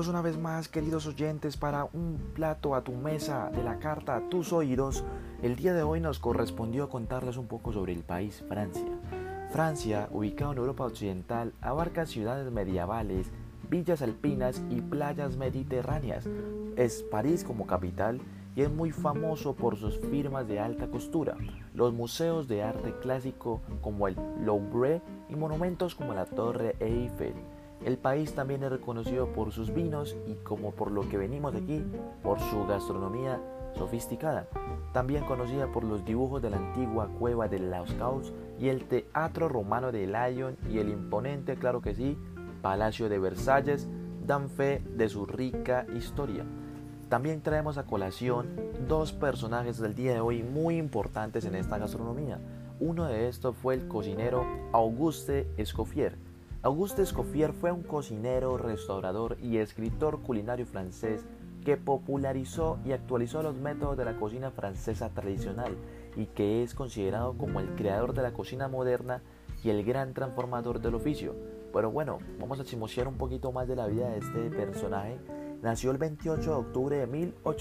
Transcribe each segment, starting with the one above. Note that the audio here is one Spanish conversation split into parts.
Bienvenidos una vez más, queridos oyentes, para un plato a tu mesa de la carta a tus oídos. El día de hoy nos correspondió contarles un poco sobre el país Francia. Francia, ubicado en Europa Occidental, abarca ciudades medievales, villas alpinas y playas mediterráneas. Es París como capital y es muy famoso por sus firmas de alta costura, los museos de arte clásico como el Louvre y monumentos como la Torre Eiffel. El país también es reconocido por sus vinos y, como por lo que venimos aquí, por su gastronomía sofisticada, también conocida por los dibujos de la antigua cueva de Lascaux y el teatro romano de Lyon y el imponente, claro que sí, Palacio de Versalles dan fe de su rica historia. También traemos a colación dos personajes del día de hoy muy importantes en esta gastronomía. Uno de estos fue el cocinero Auguste Escoffier. Auguste Escoffier fue un cocinero, restaurador y escritor culinario francés que popularizó y actualizó los métodos de la cocina francesa tradicional y que es considerado como el creador de la cocina moderna y el gran transformador del oficio. Pero bueno, vamos a chismosear un poquito más de la vida de este personaje. Nació el 28 de octubre de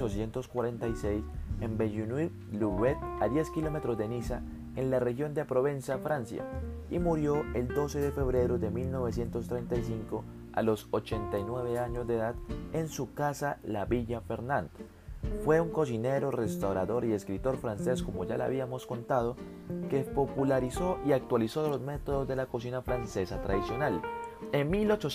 1846 en Villeneuve-Loubet, a 10 kilómetros de Niza, en la región de Provenza, Francia, y murió el 12 de febrero de 1935 a los 89 años de edad en su casa La Villa Fernand. Fue un cocinero, restaurador y escritor francés, como ya le habíamos contado, que popularizó y actualizó los métodos de la cocina francesa tradicional. En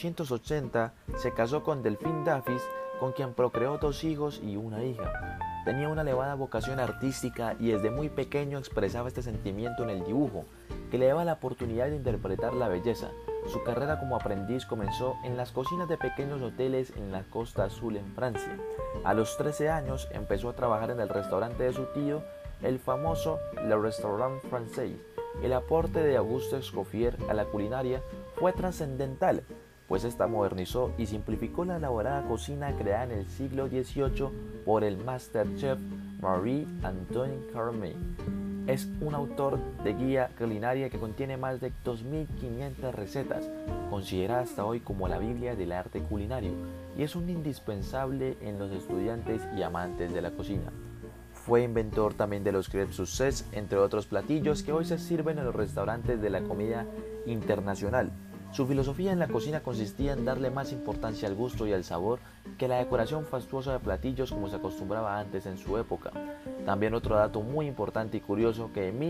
1880 se casó con Delphine Daffis, con quien procreó 2 hijos y una hija. Tenía una elevada vocación artística y desde muy pequeño expresaba este sentimiento en el dibujo, que le daba la oportunidad de interpretar la belleza. Su carrera como aprendiz comenzó en las cocinas de pequeños hoteles en la Costa Azul en Francia. A los 13 años empezó a trabajar en el restaurante de su tío, el famoso Le Restaurant Français. El aporte de Auguste Escoffier a la culinaria fue trascendental, pues esta modernizó y simplificó la elaborada cocina creada en el siglo XVIII por el Master Chef Marie-Antoine Carême. Es un autor de guía culinaria que contiene más de 2.500 recetas, considerada hasta hoy como la Biblia del arte culinario, y es un indispensable en los estudiantes y amantes de la cocina. Fue inventor también de los crêpes Succès, entre otros platillos que hoy se sirven en los restaurantes de la comida internacional. Su filosofía en la cocina consistía en darle más importancia al gusto y al sabor que la decoración fastuosa de platillos como se acostumbraba antes en su época. También otro dato muy importante y curioso, que en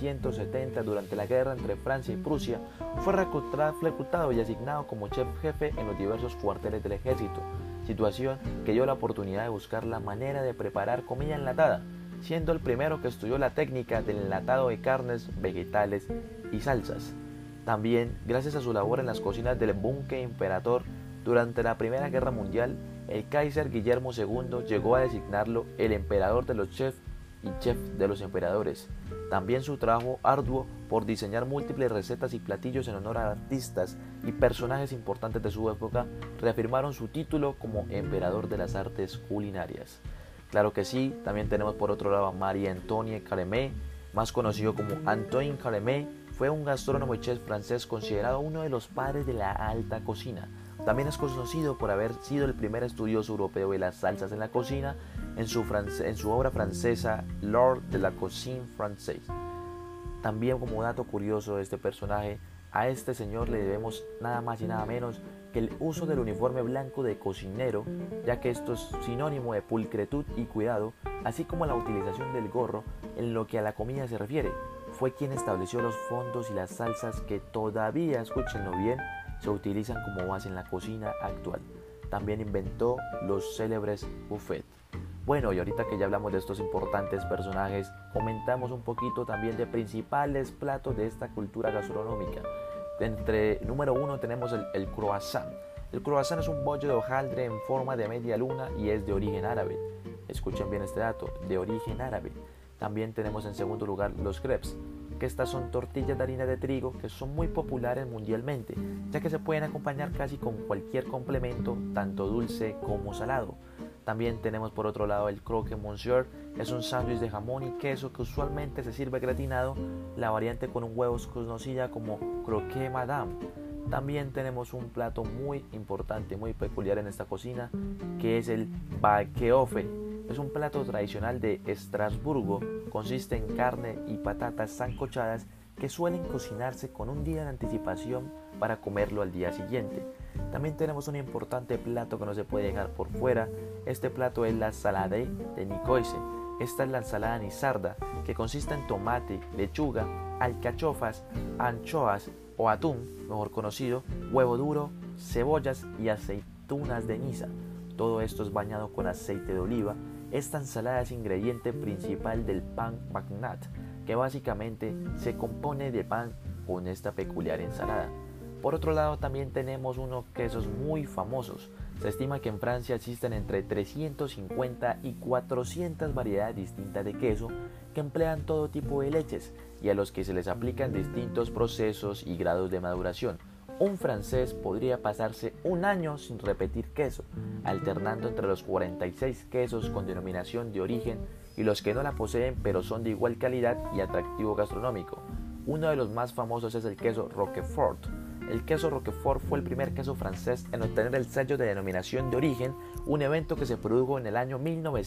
1970, durante la guerra entre Francia y Prusia, fue reclutado y asignado como chef jefe en los diversos cuarteles del ejército, situación que dio la oportunidad de buscar la manera de preparar comida enlatada, siendo el primero que estudió la técnica del enlatado de carnes, vegetales y salsas. También, gracias a su labor en las cocinas del buque Imperator durante la Primera Guerra Mundial, el Kaiser Guillermo II llegó a designarlo el emperador de los chefs y chef de los emperadores. También su trabajo arduo por diseñar múltiples recetas y platillos en honor a artistas y personajes importantes de su época reafirmaron su título como emperador de las artes culinarias. Claro que sí, también tenemos por otro lado a Marie-Antoine Carême, más conocido como Antoine Carême. Fue un gastrónomo y chef francés considerado uno de los padres de la alta cocina. También es conocido por haber sido el primer estudioso europeo de las salsas en la cocina en su obra francesa L'Art de la Cuisine Française. También, como dato curioso de este personaje, a este señor le debemos nada más y nada menos que el uso del uniforme blanco de cocinero, ya que esto es sinónimo de pulcritud y cuidado, así como la utilización del gorro en lo que a la comida se refiere. Fue quien estableció los fondos y las salsas que todavía, escúchenlo bien, se utilizan como base en la cocina actual. También inventó los célebres buffets. Bueno, y ahorita que ya hablamos de estos importantes personajes, comentamos un poquito también de principales platos de esta cultura gastronómica. Entre número 1 tenemos el croissant. El croissant es un bollo de hojaldre en forma de media luna y es de origen árabe. Escuchen bien este dato, de origen árabe. También tenemos en segundo lugar los crepes, que estas son tortillas de harina de trigo que son muy populares mundialmente, ya que se pueden acompañar casi con cualquier complemento, tanto dulce como salado. También tenemos por otro lado el croque monsieur, es un sándwich de jamón y queso que usualmente se sirve gratinado, la variante con un huevo es conocida como croque madame. También tenemos un plato muy importante, muy peculiar en esta cocina, que es el Bakeofen. Es un plato tradicional de Estrasburgo, consiste en carne y patatas sancochadas que suelen cocinarse con un día de anticipación para comerlo al día siguiente. También tenemos un importante plato que no se puede dejar por fuera. Este plato es la salade de Nicoise. Esta es la ensalada nisarda, que consiste en tomate, lechuga, alcachofas, anchoas o atún, mejor conocido, huevo duro, cebollas y aceitunas de Niza. Todo esto es bañado con aceite de oliva. Esta ensalada es ingrediente principal del pan bagnat, que básicamente se compone de pan con esta peculiar ensalada. Por otro lado, también tenemos unos quesos muy famosos. Se estima que en Francia existen entre 350 y 400 variedades distintas de queso que emplean todo tipo de leches y a los que se les aplican distintos procesos y grados de maduración. Un francés podría pasarse un año sin repetir queso, alternando entre los 46 quesos con denominación de origen y los que no la poseen pero son de igual calidad y atractivo gastronómico. Uno de los más famosos es el queso Roquefort. El queso Roquefort fue el primer queso francés en obtener el sello de denominación de origen, un evento que se produjo en el año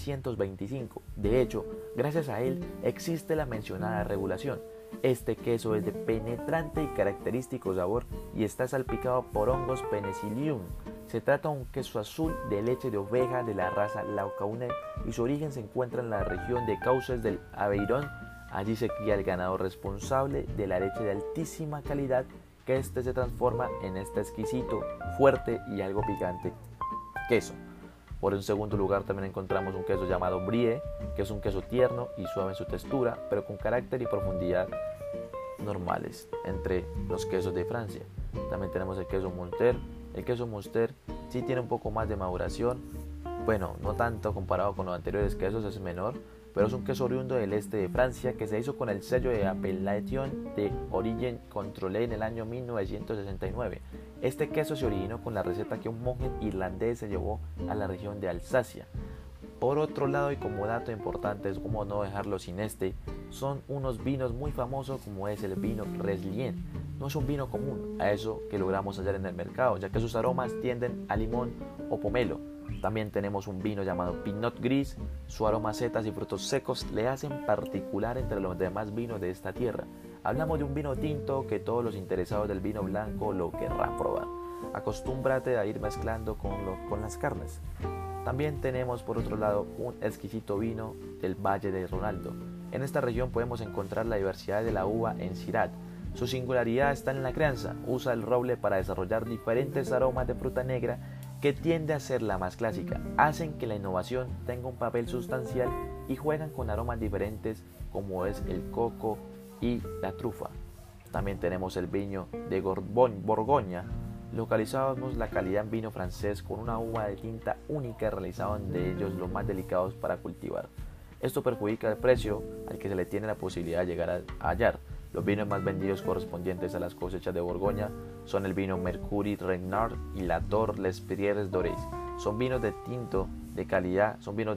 1925. De hecho, gracias a él existe la mencionada regulación. Este queso es de penetrante y característico sabor y está salpicado por hongos Penicillium. Se trata de un queso azul de leche de oveja de la raza Laukaunet y su origen se encuentra en la región de Cauces del Aveyron. Allí se cría el ganado responsable de la leche de altísima calidad, que este se transforma en este exquisito, fuerte y algo picante queso. Por un segundo lugar también encontramos un queso llamado Brie, que es un queso tierno y suave en su textura, pero con carácter y profundidad normales entre los quesos de Francia. También tenemos el queso Munster. El queso Munster sí tiene un poco más de maduración, bueno, no tanto comparado con los anteriores quesos, es menor, pero es un queso oriundo del este de Francia que se hizo con el sello de Appellation d'Origine Contrôlée en el año 1969. Este queso se originó con la receta que un monje irlandés se llevó a la región de Alsacia. Por otro lado, y como dato importante, es como no dejarlo sin son unos vinos muy famosos como es el vino Riesling. No es un vino común a eso que logramos hallar en el mercado, ya que sus aromas tienden a limón o pomelo. También tenemos un vino llamado Pinot Gris. Su aroma a setas y frutos secos le hacen particular entre los demás vinos de esta tierra. Hablamos de un vino tinto que todos los interesados del vino blanco lo querrán probar. Acostúmbrate a ir mezclando con las carnes. También tenemos por otro lado un exquisito vino del Valle de Ronaldo. En esta región podemos encontrar la diversidad de la uva en Syrah. Su singularidad está en la crianza. Usa el roble para desarrollar diferentes aromas de fruta negra que tiende a ser la más clásica. Hacen que la innovación tenga un papel sustancial y juegan con aromas diferentes como es el coco y la trufa. También tenemos el vino de Borgoña. Localizamos la calidad en vino francés con una uva de tinta única realizada de ellos los más delicados para cultivar. Esto perjudica el precio al que se le tiene la posibilidad de llegar a hallar. Los vinos más vendidos correspondientes a las cosechas de Borgoña son el vino Mercury Regnard y la Tour Les Pierres Dorés. Son vinos de tinto de calidad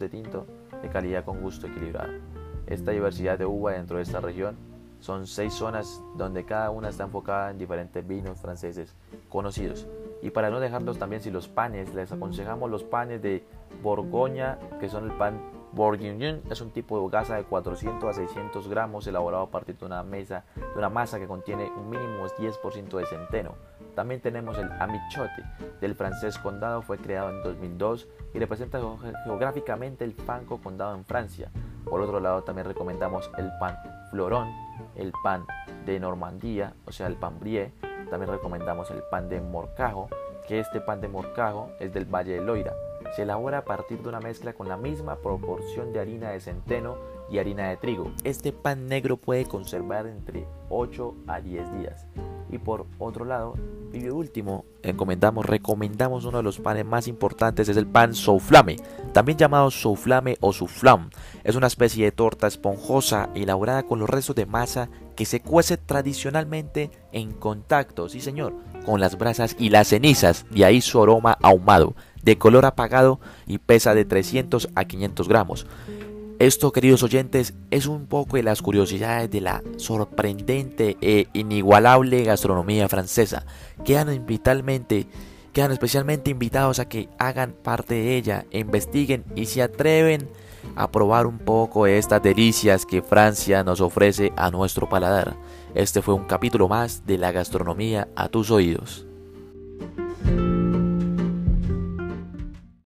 con gusto equilibrado. Esta diversidad de uva dentro de esta región son 6 zonas donde cada una está enfocada en diferentes vinos franceses conocidos. Y para no dejarlos también sin los panes, les aconsejamos los panes de Borgoña, que son el pan Bourguignon. Es un tipo de gasa de 400 a 600 gramos elaborado a partir de una masa que contiene un mínimo 10% de centeno. También tenemos el amichote del francés Condado, fue creado en 2002 y representa geográficamente el Franco Condado en Francia. Por otro lado también recomendamos el pan Floron, el pan de Normandía, o sea el pan Brie. También recomendamos el pan de Morcajo, que este pan de Morcajo es del Valle del Loira. Se elabora a partir de una mezcla con la misma proporción de harina de centeno y harina de trigo. Este pan negro puede conservar entre 8 a 10 días. Y por otro lado, y último, recomendamos uno de los panes más importantes, es el pan souflame, también llamado souflame o soufflame. Es una especie de torta esponjosa elaborada con los restos de masa que se cuece tradicionalmente en contacto, sí señor, con las brasas y las cenizas, de ahí su aroma ahumado, de color apagado y pesa de 300 a 500 gramos. Esto, queridos oyentes, es un poco de las curiosidades de la sorprendente e inigualable gastronomía francesa. Quedan especialmente invitados a que hagan parte de ella, investiguen y se atreven a probar un poco de estas delicias que Francia nos ofrece a nuestro paladar. Este fue un capítulo más de la gastronomía a tus oídos.